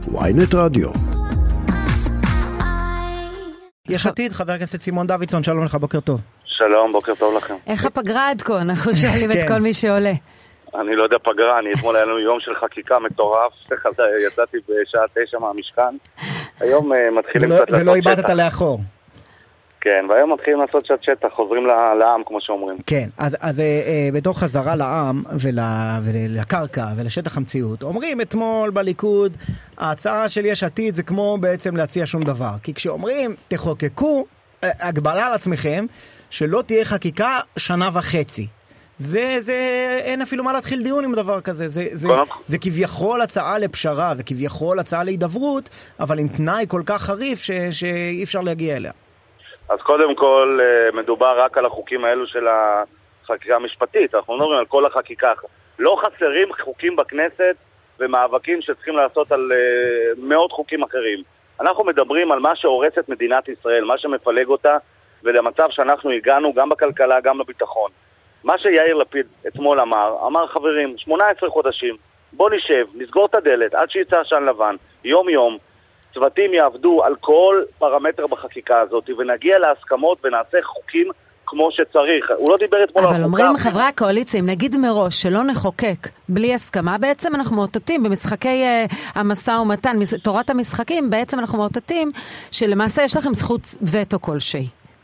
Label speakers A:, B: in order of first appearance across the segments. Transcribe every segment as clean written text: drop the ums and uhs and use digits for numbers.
A: ynet רדיו.
B: יש עתיד, חבר הכנסת סימון דוידסון, שלום לך, בוקר טוב.
C: שלום, בוקר טוב לכם.
D: איך הפגרה עד כה? אנחנו שואלים את כל מי שעולה.
C: אני לא יודע פגרה, אתמול היה לנו יום של חקיקה מטורף, יצאתי בשעה 9 מהמשכן. היום מתחילים קצת לעשות שטח.
B: ולא איבדת לאחור.
C: כן, והיום מתחילים לעשות קצת שטח, חוזרים לעם, כמו שאומרים.
B: כן, אז בתוך חזרה לעם ולקרקע ולשטח המציאות, אומרים אתמול בליכוד, ההצעה של יש עתיד זה כמו בעצם להציע שום דבר. כי כשאומרים, תחוקקו הגבלה על עצמכם, שלא תהיה חקיקה שנה וחצי. אין אפילו מה להתחיל דיון עם דבר כזה. זה כביכול הצעה לפשרה וכביכול הצעה להידברות, אבל עם תנאי כל כך חריף שאי אפשר להגיע אליה.
C: אז קודם כל מדובר רק על החוקים האלו של החקיקה המשפטית. אנחנו מדברים על כל החקיקה. לא חסרים חוקים בכנסת ומאבקים שצריכים לעשות על מאות חוקים אחרים. אנחנו מדברים על מה שהורס את מדינת ישראל, מה שמפלג אותה, ולמצב שאנחנו הגענו גם בכלכלה, גם בביטחון. מה שיאיר לפיד אתמול אמר חברים, 18 חודשים, בוא נשב, נסגור את הדלת עד שיצא עשן לבן, יום יום, צוותים יעבדו על כל פרמטר בחקיקה הזאת, ונגיע להסכמות ונעשה חוקים כמו שצריך. הוא לא דיבר אתמול על חוקה.
D: אבל אומרים חברי הקואליציה, אם נגיד מראש שלא נחוקק בלי הסכמה, בעצם אנחנו מאותתים במשחקי המשא ומתן, תורת המשחקים, בעצם אנחנו מאותתים שלמעשה יש לכם זכות וטו כלשהי.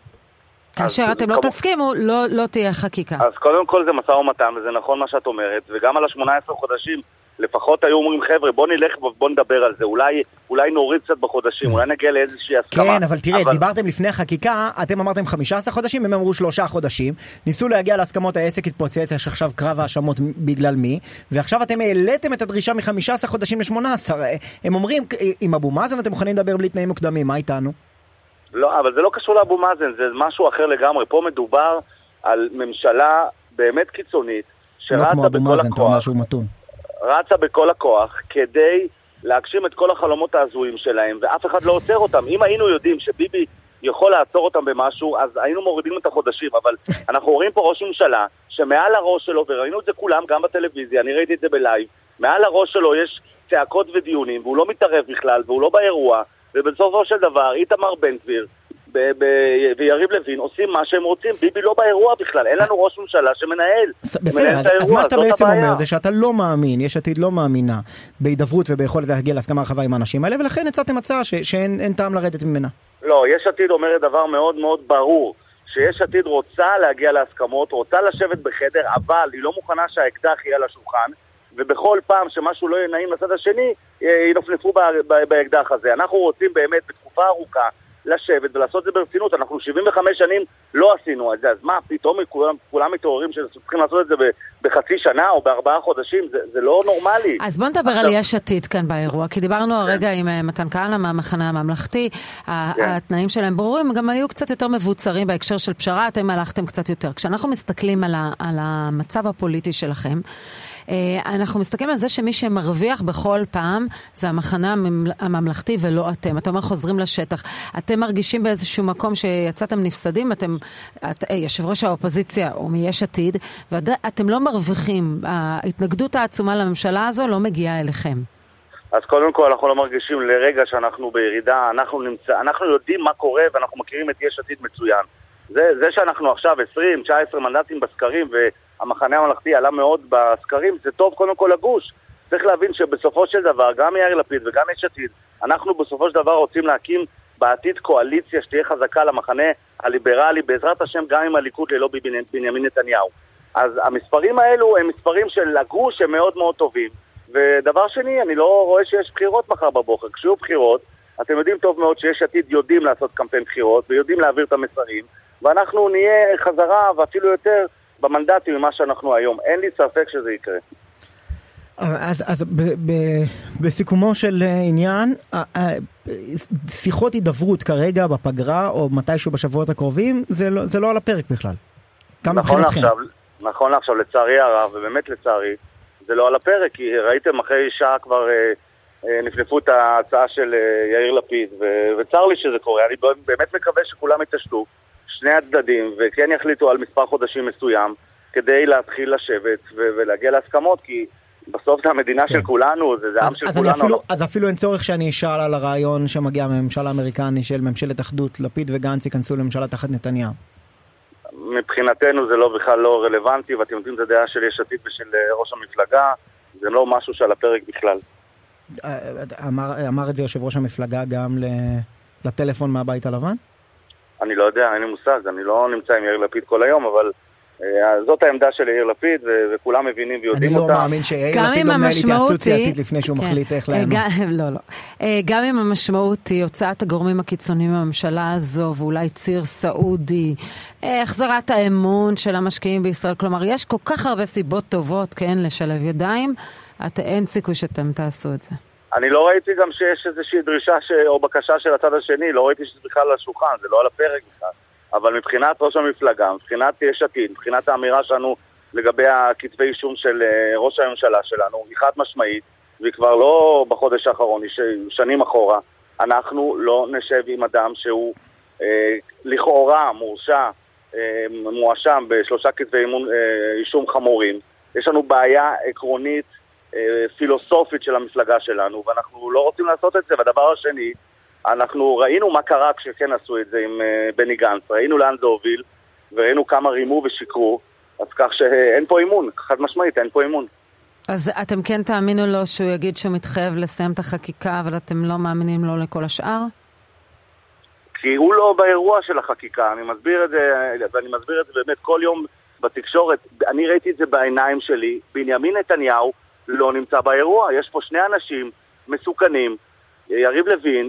D: כאשר אתם לא תסכימו, לא תהיה חקיקה.
C: אז קודם כל זה משא ומתן, וזה נכון מה שאת אומרת, וגם על 18 חודשים, לפחות היו אומרים, חבר'ה, בוא נלך ובוא נדבר על זה, אולי נוריד קצת בחודשים, אולי נגיע לאיזושהי הסכמה.
B: כן, אבל תראה, דיברתם לפני החקיקה, אתם אמרתם 15 חודשים, הם אמרו 3 חודשים, ניסו להגיע להסכמות, העסק התפוצץ, יש עכשיו קרב האשמות בגלל מי, ועכשיו אתם העליתם את הדרישה מ-15 חודשים ל-18. הם אומרים, עם אבו מאזן אתם מוכנים לדבר בלי תנאים מוקדמים, מה איתנו?
C: לא, אבל זה לא קשור לאבו מאזן, זה משהו אחר לגמרי. פה מדובר על ממשלה באמת קיצונית,
B: שרצה בכל הכוח,
C: רצה בכל הכוח כדי להגשים את כל החלומות ההזויים שלהם, ואף אחד לא עוצר אותם. אם היינו יודעים שביבי יכול לעצור אותם במשהו, אז היינו מורידים את החודשים, אבל אנחנו רואים פה ראש ממשלה שמעל הראש שלו, וראינו את זה כולם גם בטלוויזיה, אני ראיתי את זה בלייב, מעל הראש שלו יש צעקות ודיונים, והוא לא מתערב בכלל, והוא לא באירוע, ובסופו של דבר, איתמר בן גביר ויריב לוין עושים מה שהם רוצים. ביבי לא באירוע בכלל, אין לנו ראש ממשלה שמנהל.
B: בסדר, אז מה שאתה בעצם אומר זה שאתה לא מאמין, יש עתיד לא מאמינה בהידברות וביכולת להגיע להסכמה רחבה עם האנשים האלה, ולכן הצעתם הצעה שאין טעם לרדת ממנה.
C: לא, יש עתיד אומרת דבר מאוד מאוד ברור, שיש עתיד רוצה להגיע להסכמות, רוצה לשבת בחדר, אבל היא לא מוכנה שהאקדח יהיה על השולחן, ובכל פעם שמשהו לא יהיה נעים לצד השני, ינפנפו באקדח הזה. אנחנו רוצים באמת בתקופה ארוכה לשבת ולעשות את זה ברצינות. אנחנו 75 שנים לא עשינו את זה, אז מה, פתאום כולם מתעוררים שצריכים לעשות את זה בחצי שנה או ב4 חודשים? זה לא נורמלי.
D: אז בוא נדבר על יש עתיד כאן באירוע, כי דיברנו הרגע עם מתן כהנא מהמחנה הממלכתי, התנאים שלהם ברורים, גם היו קצת יותר מבוצרים בהקשר של פשרה, אתם הלכתם קצת יותר. כשאנחנו מסתכלים על המצב הפוליטי שלכם, אנחנו מסתכלים על זה שמי שמרוויח בכל פעם זה המחנה הממלכתי ולא אתם. אתם חוזרים לשטח. אתם מרגישים באיזשהו מקום שיצאתם נפסדים, יושב ראש האופוזיציה או מיש עתיד, ואתם לא מרוויחים. ההתנגדות העצומה לממשלה הזו לא מגיעה אליכם.
C: אז קודם כל אנחנו לא מרגישים לרגע שאנחנו בירידה, אנחנו יודעים מה קורה ואנחנו מכירים את יש עתיד מצוין. זה שאנחנו עכשיו 20-19 מנדטים בסקרים והמחנה הממלכתי עלה מאוד בסקרים, זה טוב קודם כל לגוש. צריך להבין שבסופו של דבר, גם יאיר לפיד וגם יש עתיד, אנחנו בסופו של דבר רוצים להקים בעתיד קואליציה שתהיה חזקה למחנה הליברלי, בעזרת השם גם עם הליכוד ללא בנימין נתניהו. אז המספרים האלו הם מספרים של הגוש הם מאוד מאוד טובים. ודבר שני, אני לא רואה שיש בחירות מחר בבוקר. כשיהיו בחירות, אתם יודעים טוב מאוד שיש עתיד יודעים לעשות קמפיין בחירות ויודעים להעביר את המסרים, ואנחנו נהיה חזרה ואפילו יותר במנדטים ממה שאנחנו היום. אין לי ספק שזה יקרה.
B: אז בסיכומו של עניין, שיחות הידברות כרגע בפגרה או מתישהו בשבועות הקרובים, זה לא על הפרק בכלל.
C: נכון עכשיו, לצערי הרב, ובאמת לצערי, זה לא על הפרק, כי ראיתם אחרי שעה כבר נפנפו את ההצעה של יאיר לפיד, וצר לי שזה קורה. אני באמת מקווה שכולם יתעשתו, שני הצדדים, וכן יחליטו על מספר חודשים מסוים, כדי להתחיל לשבת ולהגיע להסכמות, כי בסוף זה המדינה של כולנו, זה העם של כולנו.
B: אז אפילו אין צורך שאני אשאל על הרעיון שמגיע מהממשל האמריקני של ממשלת אחדות, לפיד וגנץ ייכנסו לממשלה תחת נתניהו.
C: מבחינתנו זה בכלל לא רלוונטי, ואתם יודעים את הדעה של יש עתיד ושל ראש המפלגה, זה לא משהו שעל הפרק בכלל.
B: אמר את זה יושב ראש המפלגה גם לטלפון מהבית הלבן?
C: אני לא יודע, אין לי מושג, אני לא נמצא עם יאיר לפיד כל היום, אבל זאת העמדה של יאיר לפיד, וכולם מבינים ויודעים אותה.
B: אני לא מאמין שיאיר לפיד לא מנהל התייעצות סיעתית לפני שהוא מחליט איך לענות.
D: לא. גם אם המשמעות היא הוצאת הגורמים הקיצוניים מהממשלה הזו, ואולי ציר סעודי, החזרת האמון של המשקיעים בישראל, כלומר, יש כל כך הרבה סיבות טובות, כן, לשלב ידיים, אין סיכוי שאתם תעשו את זה.
C: אני לא ראיתי גם שיש איזושהי דרישה או בקשה של הצד השני, לא ראיתי שזה בכלל על השולחן, זה לא על הפרק בכלל. אבל מבחינת ראש המפלגה, מבחינת יש עתיד, מבחינת האמירה שלנו לגבי הכתבי אישום של ראש הממשלה שלנו, היא חד משמעית, והיא כבר לא בחודש האחרון, היא שנים אחורה, אנחנו לא נשב עם אדם שהוא לכאורה מורשע, מואשם בשלושה כתבי אישום חמורים. יש לנו בעיה עקרונית, פילוסופית של המפלגה שלנו, ואנחנו לא רוצים לעשות את זה. והדבר השני, אנחנו ראינו מה קרה כשכן עשו את זה עם בני גנץ, ראינו לאן זה הוביל, וראינו כמה רימו ושיקרו, אז כך שאין פה אימון, חד משמעית, אין פה אימון.
D: אז אתם כן תאמינו לו שהוא יגיד שהוא מתחייב לסיים את החקיקה, אבל אתם לא מאמינים לו לכל השאר?
C: כי הוא לא באירוע של החקיקה, אני מסביר את זה, ואני מסביר את זה באמת כל יום בתקשורת, אני ראיתי את זה בעיניים שלי, בנימין נתניהו לא נמצא באירוע, יש פה שני אנשים מסוכנים, יריב לוין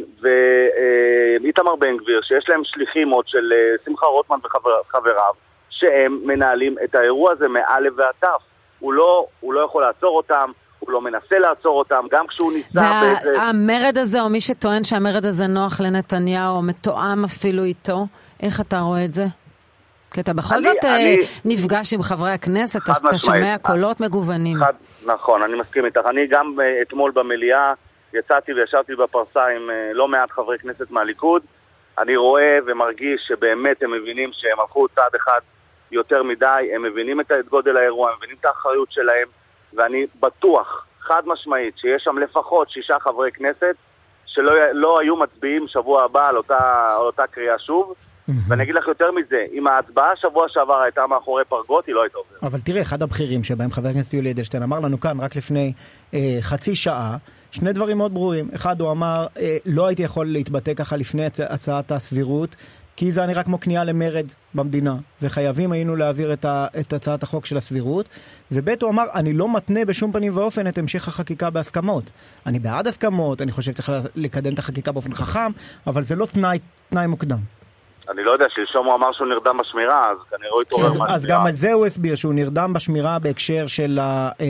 C: ואיתמר בן גביר, שיש להם שליחים עוד של שמחה רוטמן וחבריו, שהם מנהלים את האירוע הזה מאלף ועד תף. הוא לא יכול לעצור אותם, הוא לא מנסה לעצור אותם, גם כשהוא ניסה באיזה...
D: והמרד הזה, או מי שטוען שהמרד הזה נוח לנתניהו, או מתואם אפילו איתו, איך אתה רואה את זה? כי אתה בכל זאת נפגש עם חברי הכנסת, אתה שומע קולות מגוונים.
C: נכון, אני מסכים איתך. אני גם אתמול במליאה יצאתי וישבתי בפרסה עם לא מעט חברי כנסת מהליכוד. אני רואה ומרגיש שבאמת הם מבינים שהם הלכו צעד אחד יותר מדי, הם מבינים את גודל האירוע, הם מבינים את האחריות שלהם, ואני בטוח, חד משמעית, שיש שם לפחות 6 חברי כנסת שלא היו מצביעים שבוע הבא על אותה קריאה שוב. ואני אגיד לך יותר מזה, אם ההצבעה שבוע שעבר הייתה מאחורי פרגות, היא לא הייתה עוברת.
B: אבל תראה, אחד הבכירים שבהם חבר הכנסת יולי אדלשטיין אמר לנו כאן רק לפני חצי שעה, שני דברים מאוד ברורים. אחד, הוא אמר, לא הייתי יכול להתבטא ככה לפני הצעת הסבירות, כי זה נראה כמו כניעה למרד במדינה, וחייבים היינו להעביר את הצעת החוק של הסבירות. ובית הוא אמר, אני לא מתנה בשום פנים ואופן את המשך החקיקה בהסכמות. אני בעד הסכמות, אני חושב שצריך לקדם את החקיקה באופן חכם, אבל זה לא תנאי מוקדם.
C: אני לא יודע, שלשום הוא אמר שהוא נרדם בשמירה, אז כנראה הוא התעורר מהשמירה.
B: אז גם על זה הוא הסביר, שהוא נרדם בשמירה בהקשר של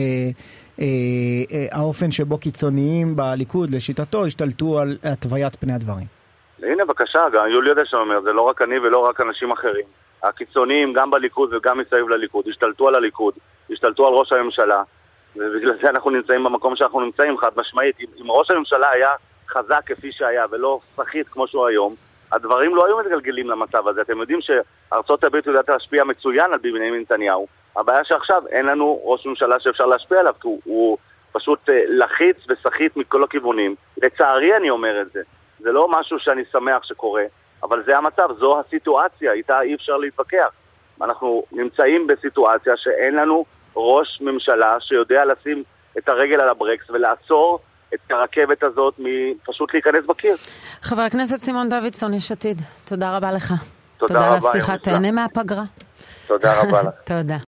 B: האופן שבו קיצוניים בליכוד, לשיטתו, השתלטו על התוויית פני הדברים.
C: הנה, בבקשה, גם יולי אדלשטיין אומר, זה לא רק אני ולא רק אנשים אחרים. הקיצוניים, גם בליכוד וגם מסביב לליכוד, השתלטו על הליכוד, השתלטו על ראש הממשלה, ובגלל זה אנחנו נמצאים במקום שאנחנו נמצאים, חד משמעית. אם ראש הממשלה היה חזק כפי שהיה ולא שחית כמו שהוא היום, הדברים לא היו מתגלגלים למצב הזה. אתם יודעים שארצות הברית יודעת להשפיע מצוין על בנימין נתניהו. הבעיה שעכשיו אין לנו ראש ממשלה שאפשר להשפיע עליו, כי הוא פשוט לחיץ ושחית מכל הכיוונים. לצערי אני אומר את זה. זה לא משהו שאני שמח שקורה, אבל זה המצב, זו הסיטואציה, איתה אי אפשר להתווכח. אנחנו נמצאים בסיטואציה שאין לנו ראש ממשלה שיודע לשים את הרגל על הברקס ולעצור את הרכבת הזאת מפשוט להיכנס בקיר.
D: חבר הכנסת סימון דוידסון, יש עתיד, תודה רבה לך.
C: תודה רבה.
D: על השיחה, תהנה מהפגרה.
C: תודה רבה לך.
D: תודה.